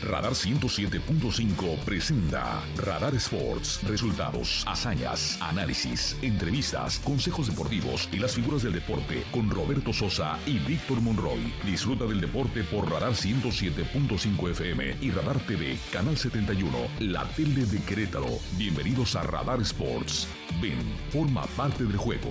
Radar 107.5 presenta Radar Sports. Resultados, hazañas, análisis, entrevistas, consejos deportivos y las figuras del deporte con Roberto Sosa y Víctor Monroy. Disfruta del deporte por Radar 107.5 FM y Radar TV, Canal 71, la tele de Querétaro. Bienvenidos a Radar Sports. Ven, forma parte del juego.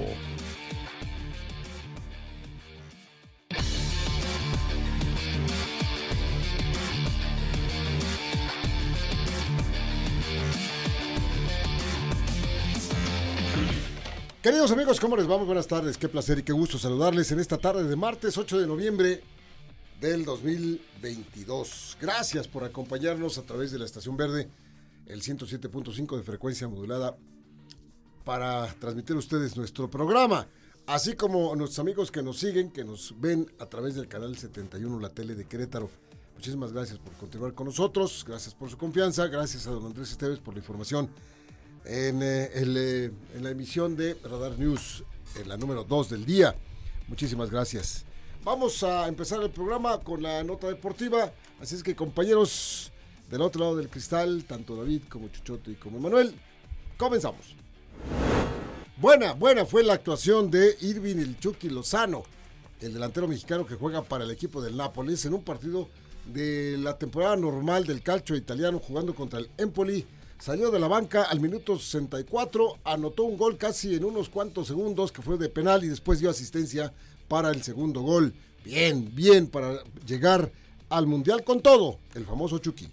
Queridos amigos, ¿cómo les va? Muy buenas tardes, qué placer y qué gusto saludarles en esta tarde de martes 8 de noviembre del 2022. Gracias por acompañarnos a través de la Estación Verde, el 107.5 de frecuencia modulada, para transmitir a ustedes nuestro programa, así como a nuestros amigos que nos siguen, que nos ven a través del canal 71, la tele de Querétaro. Muchísimas gracias por continuar con nosotros, gracias por su confianza, gracias a don Andrés Esteves por la información en la emisión de Radar News, en la número 2 del día. Muchísimas gracias. Vamos a empezar el programa con la nota deportiva, así es que, compañeros del otro lado del cristal, tanto David como Chuchote y como Manuel, comenzamos. Buena fue la actuación de Irving el Chucky Lozano, el delantero mexicano que juega para el equipo del Nápoles en un partido de la temporada normal del calcio italiano, jugando contra el Empoli. Salió de la banca al minuto 64, anotó un gol casi en unos cuantos segundos, que fue de penal, y después dio asistencia para el segundo gol. Bien para llegar al Mundial con todo, el famoso Chucky.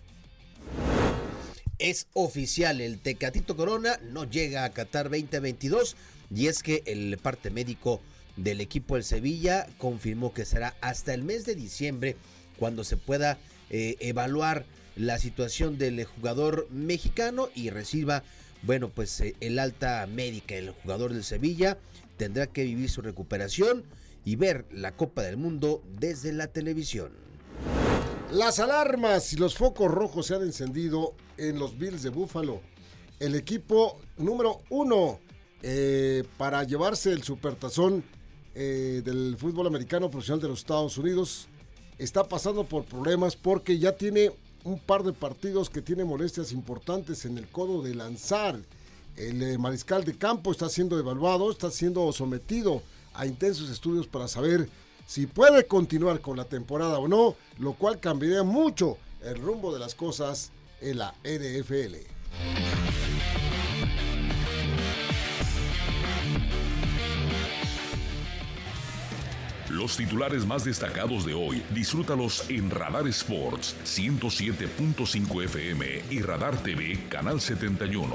Es oficial, el Tecatito Corona no llega a Qatar 2022, y es que el parte médico del equipo del Sevilla confirmó que será hasta el mes de diciembre cuando se pueda evaluar la situación del jugador mexicano y reciba, el alta médica. El jugador del Sevilla tendrá que vivir su recuperación y ver la Copa del Mundo desde la televisión. Las alarmas y los focos rojos se han encendido en los Bills de Buffalo. El equipo número 1 para llevarse el supertazón del fútbol americano profesional de los Estados Unidos está pasando por problemas porque ya tiene un par de partidos que tiene molestias importantes en el codo de lanzar. El mariscal de campo está siendo evaluado, está siendo sometido a intensos estudios para saber si puede continuar con la temporada o no, lo cual cambiaría mucho el rumbo de las cosas en la NFL. Los titulares más destacados de hoy, disfrútalos en Radar Sports 107.5 FM y Radar TV, Canal 71.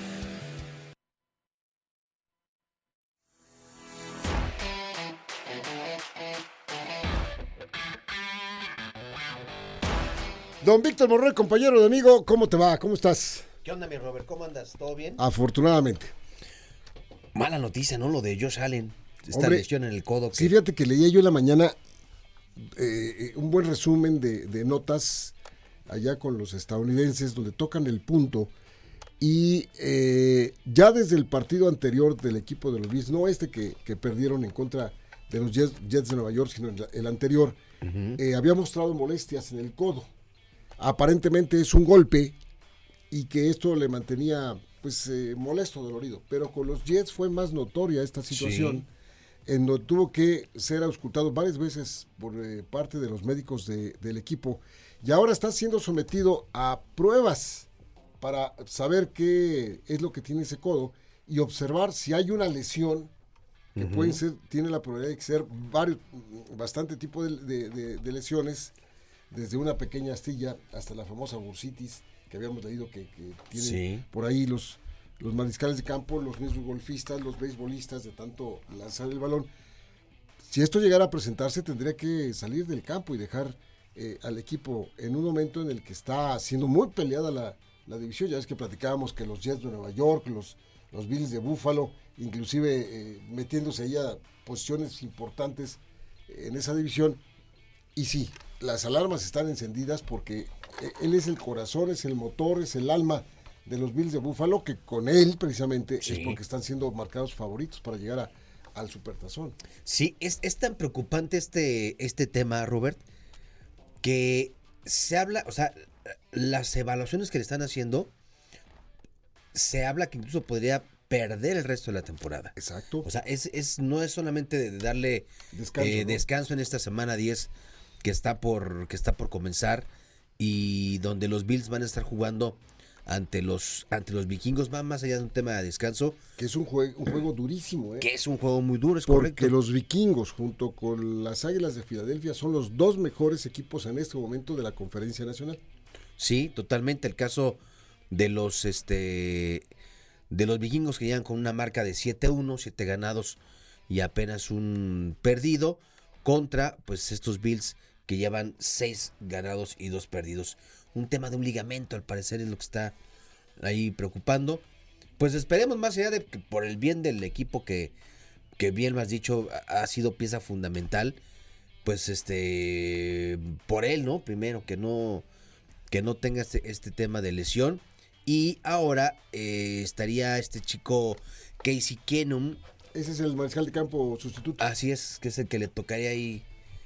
Don Víctor Monroy, compañero de amigo, ¿cómo te va? ¿Cómo estás? ¿Qué onda, mi Robert? ¿Cómo andas? ¿Todo bien? Afortunadamente. Mala noticia, ¿no? Lo de Josh Allen. Esta lesión en el codo. Sí, fíjate que leía yo en la mañana un buen resumen de notas allá con los estadounidenses, donde tocan el punto, y ya desde el partido anterior del equipo de los Bills, no que perdieron en contra de los Jets de Nueva York, sino el anterior, había mostrado molestias en el codo. Aparentemente es un golpe y que esto le mantenía molesto, dolorido, pero con los Jets fue más notoria esta situación. Sí. En donde tuvo que ser auscultado varias veces por parte de los médicos del equipo, y ahora está siendo sometido a pruebas para saber qué es lo que tiene ese codo y observar si hay una lesión que tiene la probabilidad de ser bastante tipo de lesiones, desde una pequeña astilla hasta la famosa bursitis que habíamos leído que tienen por ahí los mariscales de campo, los mismos golfistas, los beisbolistas, de tanto lanzar el balón. Si esto llegara a presentarse, tendría que salir del campo y dejar al equipo en un momento en el que está siendo muy peleada la división. Ya ves que platicábamos que los Jets de Nueva York, los Bills de Buffalo, inclusive metiéndose ahí a posiciones importantes en esa división. Y sí, las alarmas están encendidas porque él es el corazón, es el motor, es el alma de los Bills de Buffalo, que con él precisamente es porque están siendo marcados favoritos para llegar al supertazón. Sí, es tan preocupante este tema, Robert, que se habla, o sea, las evaluaciones que le están haciendo, se habla que incluso podría perder el resto de la temporada. Exacto. O sea, no es solamente de darle descanso en esta semana 10 que está por comenzar, y donde los Bills van a estar jugando ante los vikingos, va más allá de un tema de descanso. Que es un juego durísimo, ¿eh? Que es un juego muy duro, es porque correcto. Los vikingos, junto con las Águilas de Filadelfia, son los dos mejores equipos en este momento de la Conferencia Nacional. Sí, totalmente. El caso de los vikingos, que llegan con una marca de 7-1, 7 ganados y apenas un perdido, contra pues estos Bills que llevan 6 ganados y 2 perdidos. Un tema de un ligamento, al parecer, es lo que está ahí preocupando. Pues esperemos, más allá de que por el bien del equipo que bien lo has dicho, ha sido pieza fundamental, pues por él, ¿no? Primero, que no tenga este tema de lesión. Y ahora estaría este chico Casey Keenum. Ese es el mariscal de campo sustituto. Así es, que es el que le tocaría ahí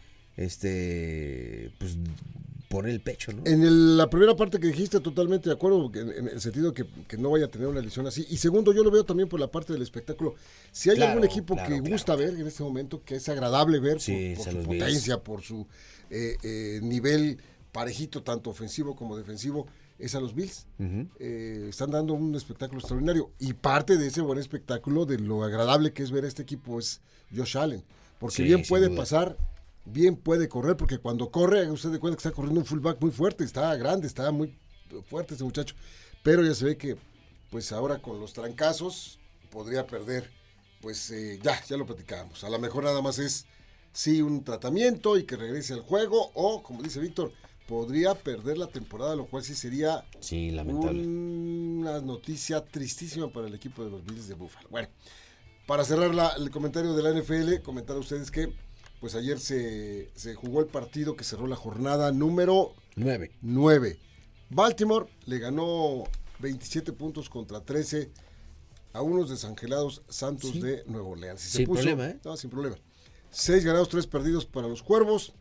pues poner el pecho, ¿no? La primera parte que dijiste, totalmente de acuerdo, en el sentido que no vaya a tener una lesión así. Y segundo, yo lo veo también por la parte del espectáculo. Si hay algún equipo que gusta ver en este momento, que es agradable ver, sí, por su potencia, por su nivel parejito, tanto ofensivo como defensivo, es a los Bills. Uh-huh. Están dando un espectáculo extraordinario. Y parte de ese buen espectáculo, de lo agradable que es ver a este equipo, es Josh Allen. Porque sí, bien puede pasar, bien puede correr, porque cuando corre, usted de cuenta que está corriendo un fullback muy fuerte, está grande, está muy fuerte ese muchacho. Pero ya se ve que, pues ahora con los trancazos, podría perder. Pues ya lo platicábamos. A lo mejor nada más es, sí, un tratamiento y que regrese al juego, o, como dice Víctor, podría perder la temporada, lo cual sí sería lamentable. Una noticia tristísima para el equipo de los Bills de Buffalo. Bueno, para cerrar el comentario de la NFL, comentar a ustedes que pues ayer se jugó el partido que cerró la jornada número 9. Baltimore le ganó 27 puntos contra 13 a unos desangelados Santos de Nueva Orleans. Sin problema, ¿eh? No, sin problema. 6 ganados, 3 perdidos para los Cuervos.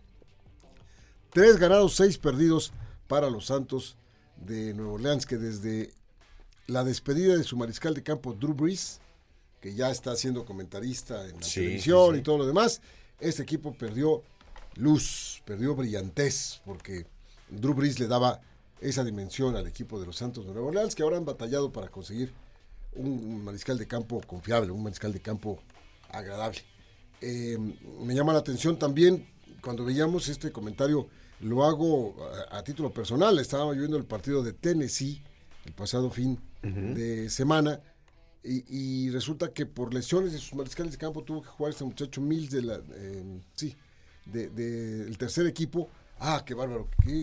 3 ganados, 6 perdidos para los Santos de Nueva Orleans, que desde la despedida de su mariscal de campo, Drew Brees, que ya está siendo comentarista en la televisión y todo lo demás, este equipo perdió luz, perdió brillantez, porque Drew Brees le daba esa dimensión al equipo de los Santos de Nueva Orleans, que ahora han batallado para conseguir un mariscal de campo confiable, un mariscal de campo agradable. Me llama la atención también, cuando veíamos este comentario, lo hago a título personal. Estábamos viendo el partido de Tennessee el pasado fin de semana, y resulta que por lesiones de sus mariscales de campo tuvo que jugar este muchacho Mills del tercer equipo. Qué bárbaro,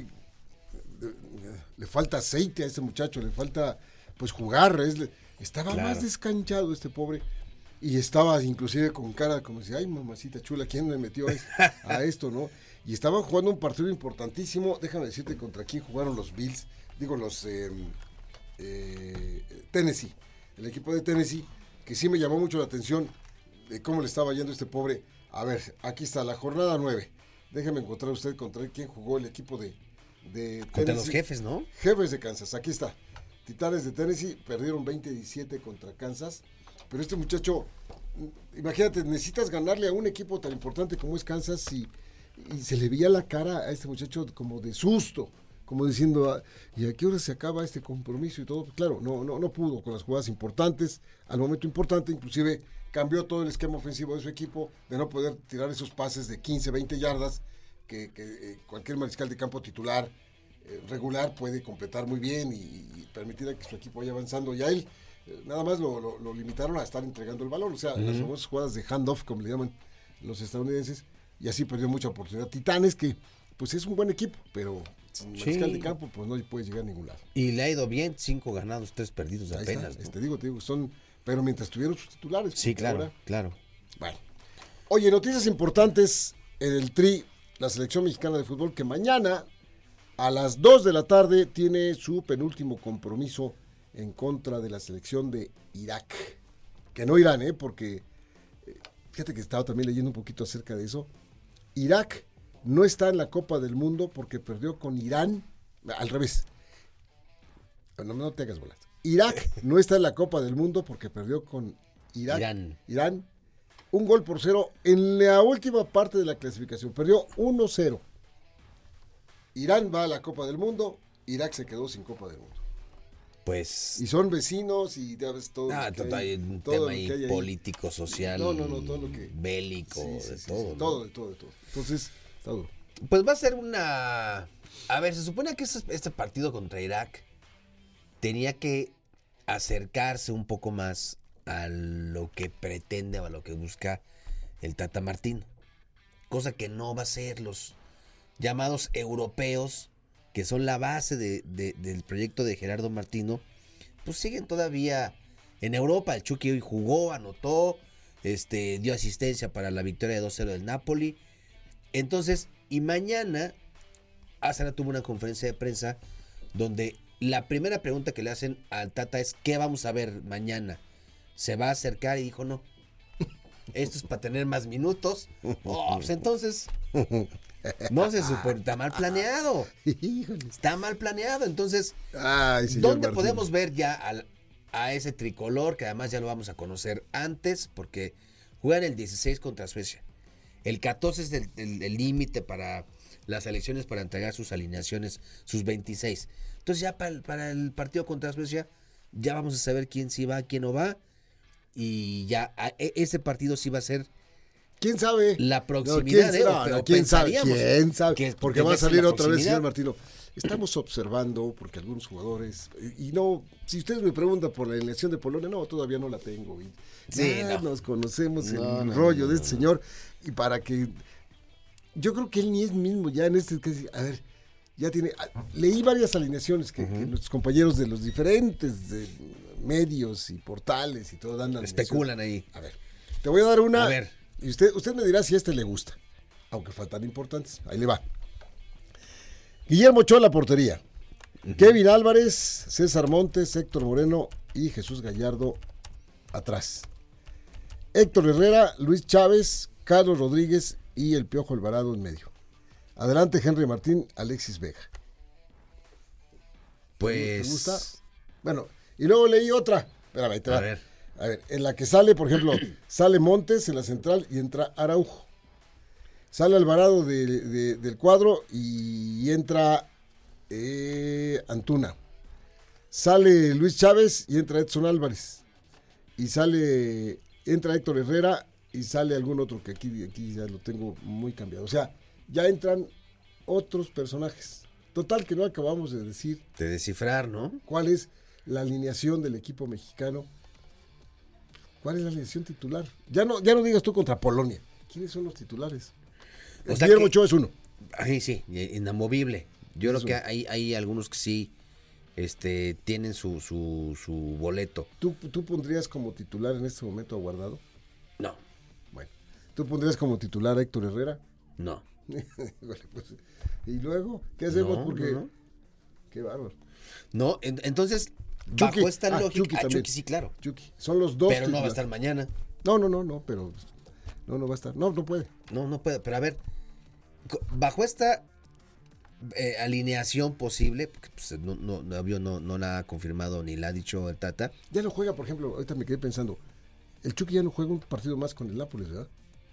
le falta aceite a este muchacho, le falta pues jugar, estaba más descanchado este pobre. Y estaba inclusive con cara como si, ay, mamacita chula, ¿quién me metió a esto, no? Y estaban jugando un partido importantísimo. Déjame decirte contra quién jugaron los Bills. Digo, los Tennessee. El equipo de Tennessee, que sí me llamó mucho la atención de cómo le estaba yendo este pobre. A ver, aquí está, la jornada 9. Déjame encontrar usted contra quién jugó el equipo de Tennessee. Contra los Jefes, ¿no? Jefes de Kansas, aquí está. Titanes de Tennessee perdieron 20-17 contra Kansas. Pero este muchacho, imagínate, necesitas ganarle a un equipo tan importante como es Kansas, y se le veía la cara a este muchacho como de susto, como diciendo, ¿y a qué hora se acaba este compromiso y todo? Claro, no pudo con las jugadas importantes, al momento importante, inclusive cambió todo el esquema ofensivo de su equipo, de no poder tirar esos pases de 15, 20 yardas, que cualquier mariscal de campo titular regular puede completar muy bien y permitir a que su equipo vaya avanzando, y a él nada más lo limitaron a estar entregando el balón, o sea, las famosas jugadas de handoff, como le llaman los estadounidenses, y así perdió mucha oportunidad. Titanes, que pues es un buen equipo, pero sin mariscal de campo pues no puede llegar a ningún lado. Y le ha ido bien, 5 ganados, 3 perdidos Ahí apenas. Está, ¿no? Te digo, pero mientras tuvieron sus titulares. Sí, claro, ahora, claro. Bueno. Oye, noticias importantes en el Tri, la selección mexicana de fútbol, que mañana a las 2 de la tarde tiene su penúltimo compromiso en contra de la selección de Irak. Que no Irán, porque fíjate que estaba también leyendo un poquito acerca de eso. Irak no está en la Copa del Mundo porque perdió con Irán, al revés. No te hagas bolas. Irak no está en la Copa del Mundo porque perdió con Irán. Irán, 1-0 en la última parte de la clasificación. Perdió 1-0. Irán va a la Copa del Mundo, Irak se quedó sin Copa del Mundo. Pues... Y son vecinos y ya ves todo. Hay un tema ahí político, social, todo lo que... bélico, todo. De todo. Entonces, está duro. Pues va a ser una... A ver, se supone que este partido contra Irak tenía que acercarse un poco más a lo que pretende o a lo que busca el Tata Martino. Cosa que no va a ser los llamados europeos, que son la base del proyecto de Gerardo Martino, pues siguen todavía en Europa. El Chucky hoy jugó, anotó, dio asistencia para la victoria de 2-0 del Napoli. Entonces, y mañana, Azara tuvo una conferencia de prensa donde la primera pregunta que le hacen al Tata es: ¿qué vamos a ver mañana? Se va a acercar y dijo: no, esto es para tener más minutos. Pues entonces, no se supone, está mal planeado. Está mal planeado. Entonces, ¿dónde podemos ver ya a ese tricolor? Que además ya lo vamos a conocer antes, porque juegan el 16 contra Suecia. El 14 es el límite para las elecciones, para entregar sus alineaciones, sus 26. Entonces ya para el partido contra Suecia, ya vamos a saber quién sí va, quién no va. Y ya ese partido sí va a ser... ¿Quién sabe? La proximidad. ¿Quién sabe? Porque va a salir otra vez, señor Martino. Estamos observando, porque algunos jugadores, y no, si ustedes me preguntan por la alineación de Polonia, no, todavía no la tengo. Nos conocemos el rollo de este señor, y para que, yo creo que él ni es mismo ya en a ver, ya tiene, leí varias alineaciones que nuestros compañeros de los diferentes medios y portales y todo dan especulan ahí. A ver, te voy a dar una, a ver. Y usted me dirá si a este le gusta, aunque faltan importantes, ahí le va. Guillermo Ochoa en la portería. Kevin Álvarez, César Montes, Héctor Moreno y Jesús Gallardo atrás. Héctor Herrera, Luis Chávez, Carlos Rodríguez y el Piojo Alvarado en medio. Adelante Henry Martín, Alexis Vega. Pues... ¿Te gusta? Bueno, y luego leí otra. Espérame, A ver, en la que sale, por ejemplo, sale Montes en la central y entra Araujo. Sale Alvarado del cuadro y entra Antuna. Sale Luis Chávez y entra Edson Álvarez. Y entra Héctor Herrera y sale algún otro que aquí ya lo tengo muy cambiado. O sea, ya entran otros personajes. Total que no acabamos de decir. De descifrar, ¿no? ¿Cuál es la alineación del equipo mexicano? ¿Cuál es la alineación titular? Ya no digas tú contra Polonia. ¿Quiénes son los titulares? Guillermo Ochoa es uno. Sí, inamovible. Yo creo que hay algunos que sí tienen su boleto. ¿Tú pondrías como titular en este momento a Guardado? No. Bueno. ¿Tú pondrías como titular a Héctor Herrera? No. Pues, ¿y luego? ¿Qué hacemos? No. Qué bárbaro. No, entonces, Chucky. bajo esta lógica... Chucky sí, claro. Chucky. Son los dos. Pero no va a estar mañana. No, pero... No va a estar. No puede. No puede. Pero a ver, bajo esta alineación posible, porque pues, no la ha confirmado ni la ha dicho el Tata. Ya no juega, por ejemplo, ahorita me quedé pensando, el Chucky ya no juega un partido más con el Nápoles, ¿verdad?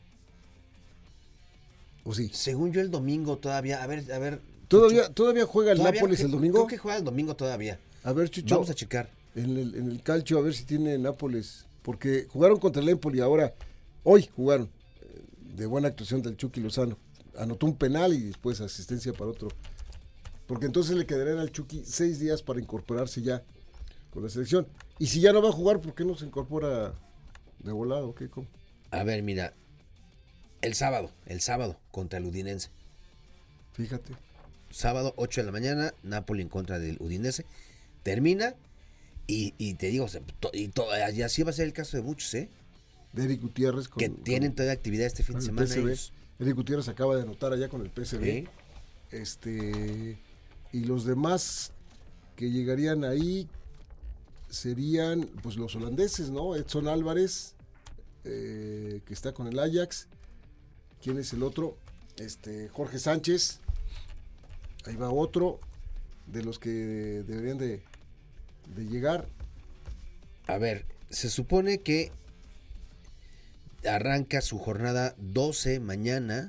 ¿O sí? Según yo el domingo todavía, a ver. ¿Todavía juega el Nápoles el domingo? Creo que juega el domingo todavía. A ver, Chucho. Vamos a checar. En el calcio, a ver si tiene Nápoles, porque jugaron contra el Empoli ahora. Hoy jugaron, de buena actuación del Chucky Lozano. Anotó un penal y después asistencia para otro. Porque entonces le quedarían al Chucky 6 días para incorporarse ya con la selección. Y si ya no va a jugar, ¿por qué no se incorpora de volado? ¿Qué? ¿Cómo? A ver, mira, el sábado contra el Udinese. Fíjate. Sábado, 8 de la mañana, Napoli en contra del Udinese. Termina y te digo, y así va a ser el caso de muchos, ¿eh? De Eric Gutiérrez. Que tienen toda actividad este fin de semana. Eric Gutiérrez acaba de anotar allá con el PSV. ¿Sí? Y los demás que llegarían ahí serían pues los holandeses, ¿no? Edson Álvarez, que está con el Ajax. ¿Quién es el otro? Jorge Sánchez. Ahí va otro de los que deberían de de llegar. A ver, se supone que arranca su jornada 12 mañana.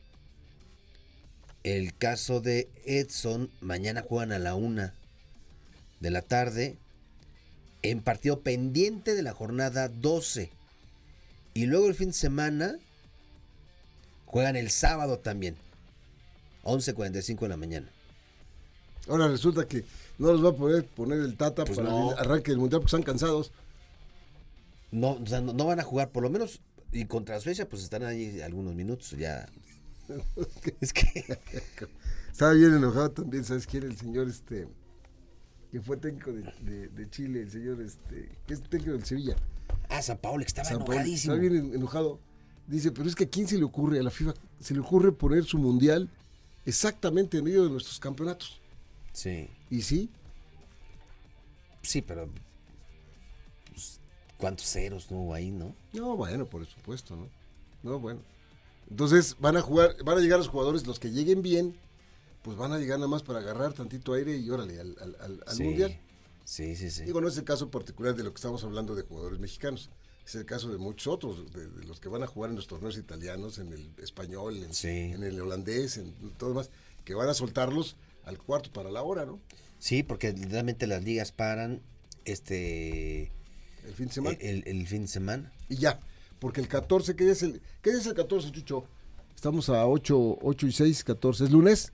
El caso de Edson, mañana juegan a la 1 de la tarde en partido pendiente de la jornada 12. Y luego el fin de semana juegan el sábado también, 11:45 de la mañana. Ahora resulta que no los va a poder poner el Tata Pues para no. el arranque del Mundial porque están cansados. No, o sea, no van a jugar por lo menos, y contra Suecia pues estarán ahí algunos minutos ya. Es que Estaba bien enojado también, ¿sabes quién? El señor que fue técnico de Chile, el señor que es técnico del Sevilla. San Paolo estaba San Paolo, enojadísimo. estaba bien enojado. Dice, pero es que ¿a quién se le ocurre, a la FIFA, se le ocurre poner su Mundial exactamente en medio de nuestros campeonatos? Sí, ¿Y sí? sí, pero pues, ¿cuántos ceros no hubo ahí, no? No, bueno, por supuesto, ¿no? No, bueno. Entonces van a llegar los jugadores, los que lleguen bien, pues van a llegar nada más para agarrar tantito aire y órale al Sí, Mundial. sí. Digo, no es el caso particular de lo que estamos hablando de jugadores mexicanos, es el caso de muchos otros, de los que van a jugar en los torneos italianos, en el español, Sí. en el holandés, en todo demás, que van a soltarlos al cuarto para la hora, ¿no? Sí, porque realmente las ligas paran El fin de semana. el fin de semana. Y ya, porque el 14, ¿qué día es el 14, Chucho? Estamos a 8 y 6, 14, es lunes.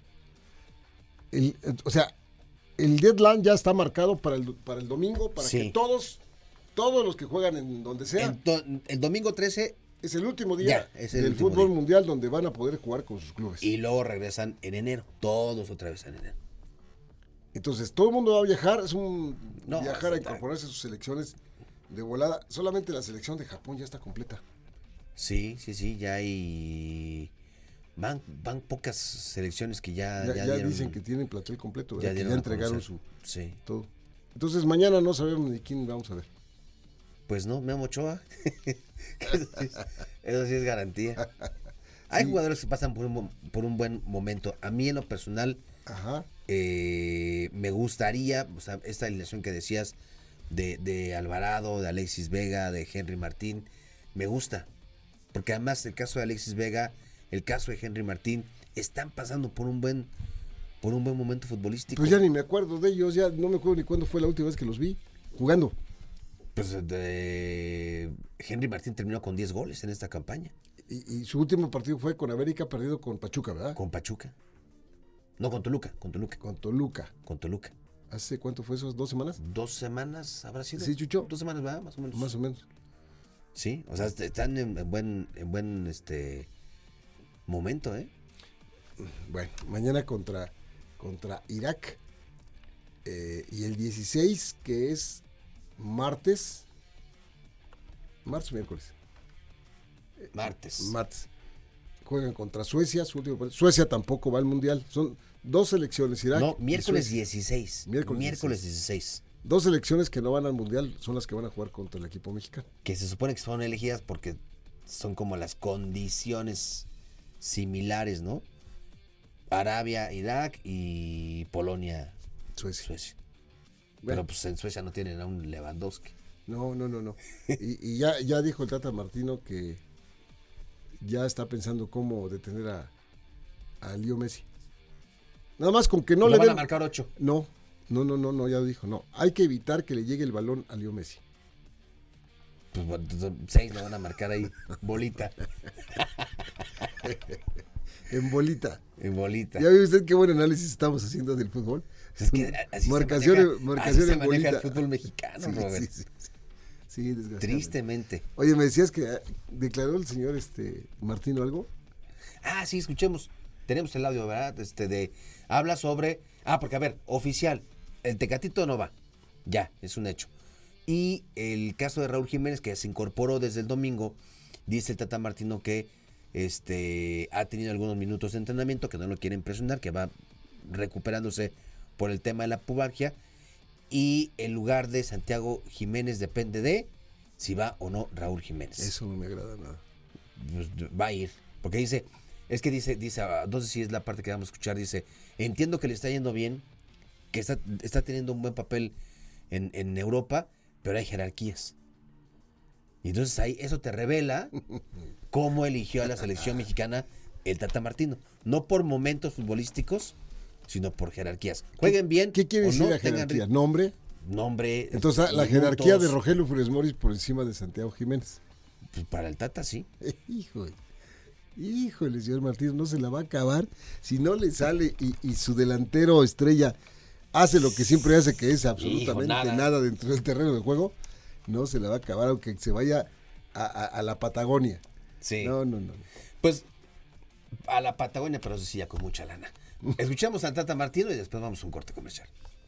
O sea, el deadline ya está marcado para el domingo, para Sí. que todos los que juegan en donde sea, El domingo 13 es el último día Ya, es el del último fútbol día. mundial donde van a poder jugar con sus clubes. y luego regresan en enero, todos otra vez en enero. Entonces, todo el mundo va a viajar, es No, viajar a está- incorporarse a sus selecciones de volada. Solamente la selección de Japón ya está completa. Sí, ya hay van pocas selecciones que ya Ya dieron, dicen que tienen plantel completo, ya ¿verdad? Que dieron ya a entregaron conocer. Sí. todo. Entonces, mañana no sabemos ni quién vamos a ver. Pues no, Memo Ochoa. Eso sí es garantía. Hay Sí. jugadores que pasan por un buen momento. A mí en lo personal Ajá. me gustaría, o sea, esta alineación que decías de Alvarado, de Alexis Vega, de Henry Martín, me gusta. Porque además el caso de Alexis Vega, el caso de Henry Martín, están pasando por un buen momento futbolístico. Pues ya ni me acuerdo de ellos, ya no me acuerdo ni cuándo fue la última vez que los vi jugando. Pues Henry Martín terminó con 10 goles en esta campaña. Y su último partido fue con América, perdido con Pachuca, ¿verdad? Con Pachuca. No, con Toluca. Con Toluca. Con Toluca. ¿Hace cuánto fue eso? ¿2 semanas? 2 semanas habrá sido. Sí, Chucho. 2 semanas, ¿verdad? Más o menos. Más o menos. Sí, o sea, están en buen momento, ¿eh? Bueno, mañana contra Irak. Y el 16, que es martes o miércoles. Martes. Juegan contra Suecia, su último partido. Suecia tampoco va al Mundial. Son dos selecciones, Irak. No, y miércoles Suecia. 16. Miércoles 16. Dos selecciones que no van al Mundial son las que van a jugar contra el equipo mexicano. Que se supone que son elegidas porque son como las condiciones similares, ¿no? Arabia, Irak y Polonia, Suecia. Bueno. Pero pues en Suecia no tienen a un Lewandowski. No. y ya dijo el Tata Martino que ya está pensando cómo detener a Leo Messi. Nada más con que no Lo le van den... a marcar 8. No, ya lo dijo. No, hay que evitar que le llegue el balón a Leo Messi. Pues bueno, 6 lo van a marcar ahí. Bolita. En bolita. En bolita. ¿Ya ve usted qué buen análisis estamos haciendo del fútbol? Es que así marcación se en maneja bolita. el fútbol mexicano, Sí, Robert. Sí, desgraciadamente. Tristemente. Oye, me decías que declaró el señor Martino algo. Ah, sí, escuchemos. Tenemos el audio, ¿verdad? Habla sobre... porque a ver, oficial, el Tecatito no va. Ya, es un hecho. Y el caso de Raúl Jiménez, que se incorporó desde el domingo, dice el Tata Martino que ha tenido algunos minutos de entrenamiento, que no lo quieren presionar, que va recuperándose por el tema de la pubalgia. Y el lugar de Santiago Jiménez depende de si va o no Raúl Jiménez. Eso no me agrada nada. Pues, va a ir, porque dice, no sé si es la parte que vamos a escuchar, dice, entiendo que le está yendo bien, que está teniendo un buen papel en Europa, pero hay jerarquías. Y entonces ahí eso te revela cómo eligió a la selección mexicana el Tata Martino. No por momentos futbolísticos, sino por jerarquías. Jueguen bien. ¿Qué quiere decir la jerarquía? ¿Nombre? Nombre. Entonces, la jerarquía de Rogelio Funes Mori por encima de Santiago Jiménez. Pues para el Tata, sí. Híjole, señor Martínez, no se la va a acabar si no le sale y su delantero estrella hace lo que siempre hace, que es absolutamente nada dentro del terreno de juego. No se la va a acabar aunque se vaya a la Patagonia. Sí. No. Pues a la Patagonia, pero eso sí, ya con mucha lana. Escuchamos al Tata Martino y después vamos a un corte comercial.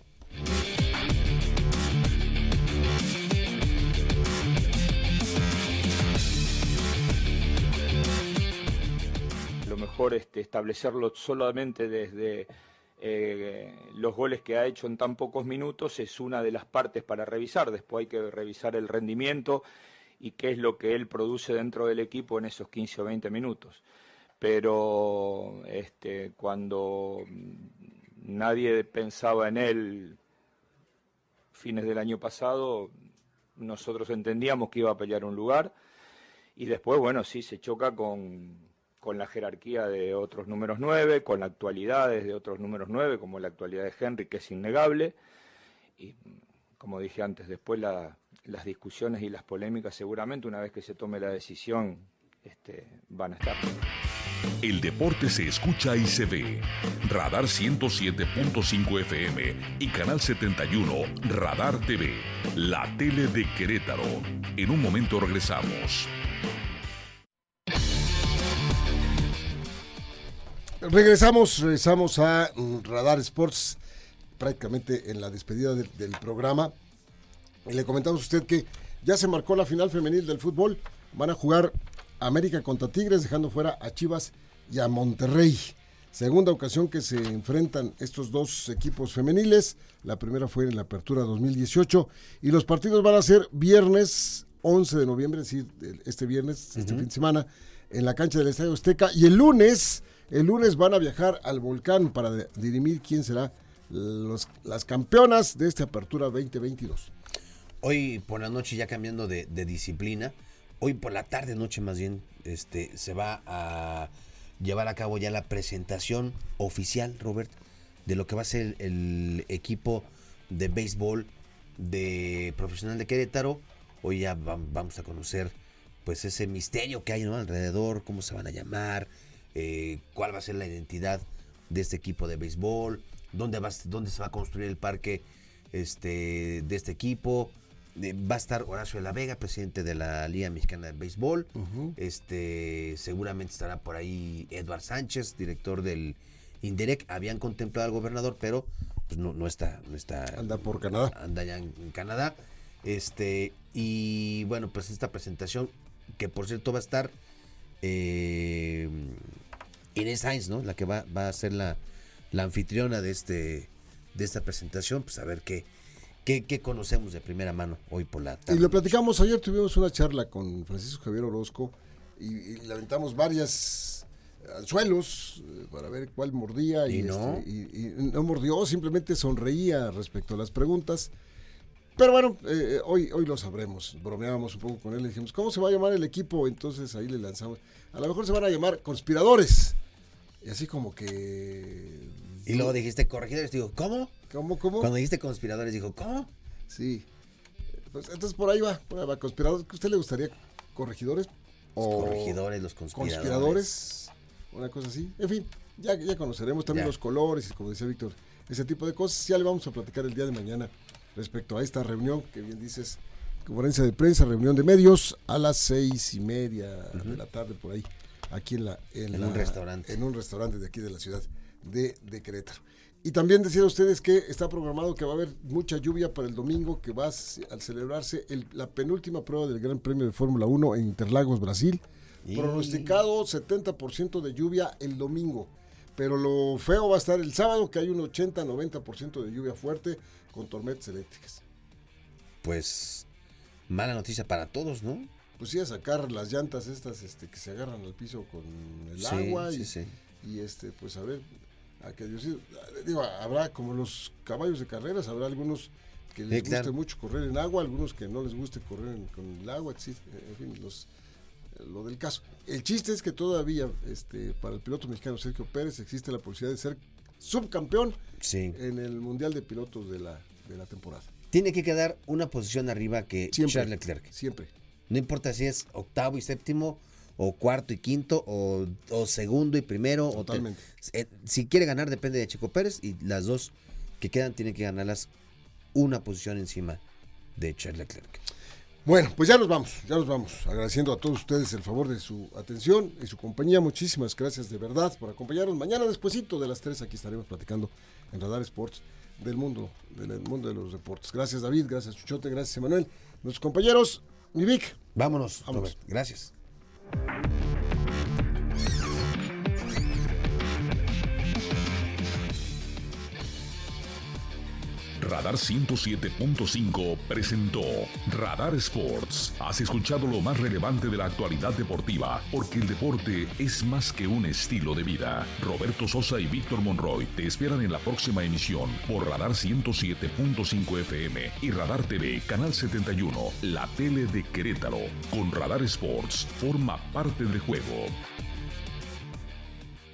Lo mejor establecerlo solamente desde los goles que ha hecho en tan pocos minutos es una de las partes para revisar. Después hay que revisar el rendimiento y qué es lo que él produce dentro del equipo en esos 15 o 20 minutos. Pero cuando nadie pensaba en él fines del año pasado, nosotros entendíamos que iba a pelear un lugar y después, bueno, sí, se choca con la jerarquía de otros números 9, con la actualidad de otros números 9, como la actualidad de Henry, que es innegable. Y como dije antes, después las discusiones y las polémicas seguramente una vez que se tome la decisión van a estar. El deporte se escucha y se ve. Radar 107.5 FM y Canal 71 Radar TV, la tele de Querétaro. En un momento regresamos. Regresamos a Radar Sports, prácticamente en la despedida del programa. Y le comentamos a usted que ya se marcó la final femenil del fútbol. Van a jugar América contra Tigres, dejando fuera a Chivas y a Monterrey. Segunda ocasión que se enfrentan estos dos equipos femeniles. La primera fue en la apertura 2018. Y los partidos van a ser viernes 11 de noviembre, es decir, este viernes, este fin de semana, en la cancha del Estadio Azteca. Y el lunes van a viajar al Volcán para dirimir quién será las campeonas de esta apertura 2022. Hoy por la noche, ya cambiando de disciplina, hoy por la tarde, noche más bien, se va a llevar a cabo ya la presentación oficial, Robert, de lo que va a ser el equipo de béisbol de profesional de Querétaro. Hoy ya vamos a conocer pues ese misterio que hay, ¿no?, alrededor, cómo se van a llamar, cuál va a ser la identidad de este equipo de béisbol, dónde se va a construir el parque de este equipo. Va a estar Horacio de la Vega, presidente de la Liga Mexicana de Béisbol. Seguramente estará por ahí Edward Sánchez, director del INDEREC. Habían contemplado al gobernador, pero pues no está. Anda por Canadá. Anda ya en Canadá. Y bueno, pues esta presentación, que por cierto va a estar Inés Sainz, ¿no?, la que va a ser la anfitriona de esta presentación. Pues a ver qué conocemos de primera mano hoy por la tarde. Y lo platicamos ayer, tuvimos una charla con Francisco Javier Orozco y le aventamos varios anzuelos para ver cuál mordía y no mordió, simplemente sonreía respecto a las preguntas. Pero bueno, hoy lo sabremos. Bromeábamos un poco con él, le dijimos, ¿cómo se va a llamar el equipo? Entonces ahí le lanzamos, a lo mejor se van a llamar conspiradores. Y así como que... Y luego dijiste corregidores, digo, ¿cómo? ¿Cómo? Cuando dijiste conspiradores, dijo, ¿cómo? Sí. Pues entonces por ahí va, conspiradores. ¿A usted le gustaría corregidores? Los conspiradores. Una cosa así. En fin, ya conoceremos también los colores y, como decía Víctor, ese tipo de cosas. Ya le vamos a platicar el día de mañana respecto a esta reunión, que bien dices, conferencia de prensa, reunión de medios, a las 6:30 de la tarde, por ahí, aquí en un restaurante. En un restaurante de aquí de la ciudad de Querétaro. Y también decir a ustedes que está programado que va a haber mucha lluvia para el domingo, que va a celebrarse la penúltima prueba del Gran Premio de Fórmula 1 en Interlagos, Brasil. Pronosticado 70% de lluvia el domingo. Pero lo feo va a estar el sábado, que hay un 80-90% de lluvia fuerte con tormentas eléctricas. Pues mala noticia para todos, ¿no? Pues sí, a sacar las llantas estas que se agarran al piso con el agua. Y pues a ver a que Diosito, digo, habrá como los caballos de carreras, habrá algunos que les guste mucho correr en agua, algunos que no les guste correr con el agua, en fin, lo del caso. El chiste es que todavía para el piloto mexicano Sergio Pérez existe la posibilidad de ser subcampeón en el Mundial de Pilotos de la temporada. Tiene que quedar una posición arriba que Charles Leclerc. Siempre. No importa si es octavo y séptimo, o cuarto y quinto, o segundo y primero. Totalmente. Si quiere ganar depende de Checo Pérez, y las dos que quedan tienen que ganarlas una posición encima de Charles Leclerc. Bueno, pues ya nos vamos, agradeciendo a todos ustedes el favor de su atención y su compañía. Muchísimas gracias de verdad por acompañarnos. Mañana despuesito de las 3 aquí estaremos platicando en Radar Sports del mundo de los deportes. Gracias David, gracias Chuchote, gracias Emanuel. Nuestros compañeros, mi Vic. Vámonos. Robert. Gracias. Radar 107.5 presentó Radar Sports. Has escuchado lo más relevante de la actualidad deportiva, porque el deporte es más que un estilo de vida. Roberto Sosa y Víctor Monroy te esperan en la próxima emisión por Radar 107.5 FM y Radar TV, Canal 71, la tele de Querétaro. Con Radar Sports, forma parte del juego.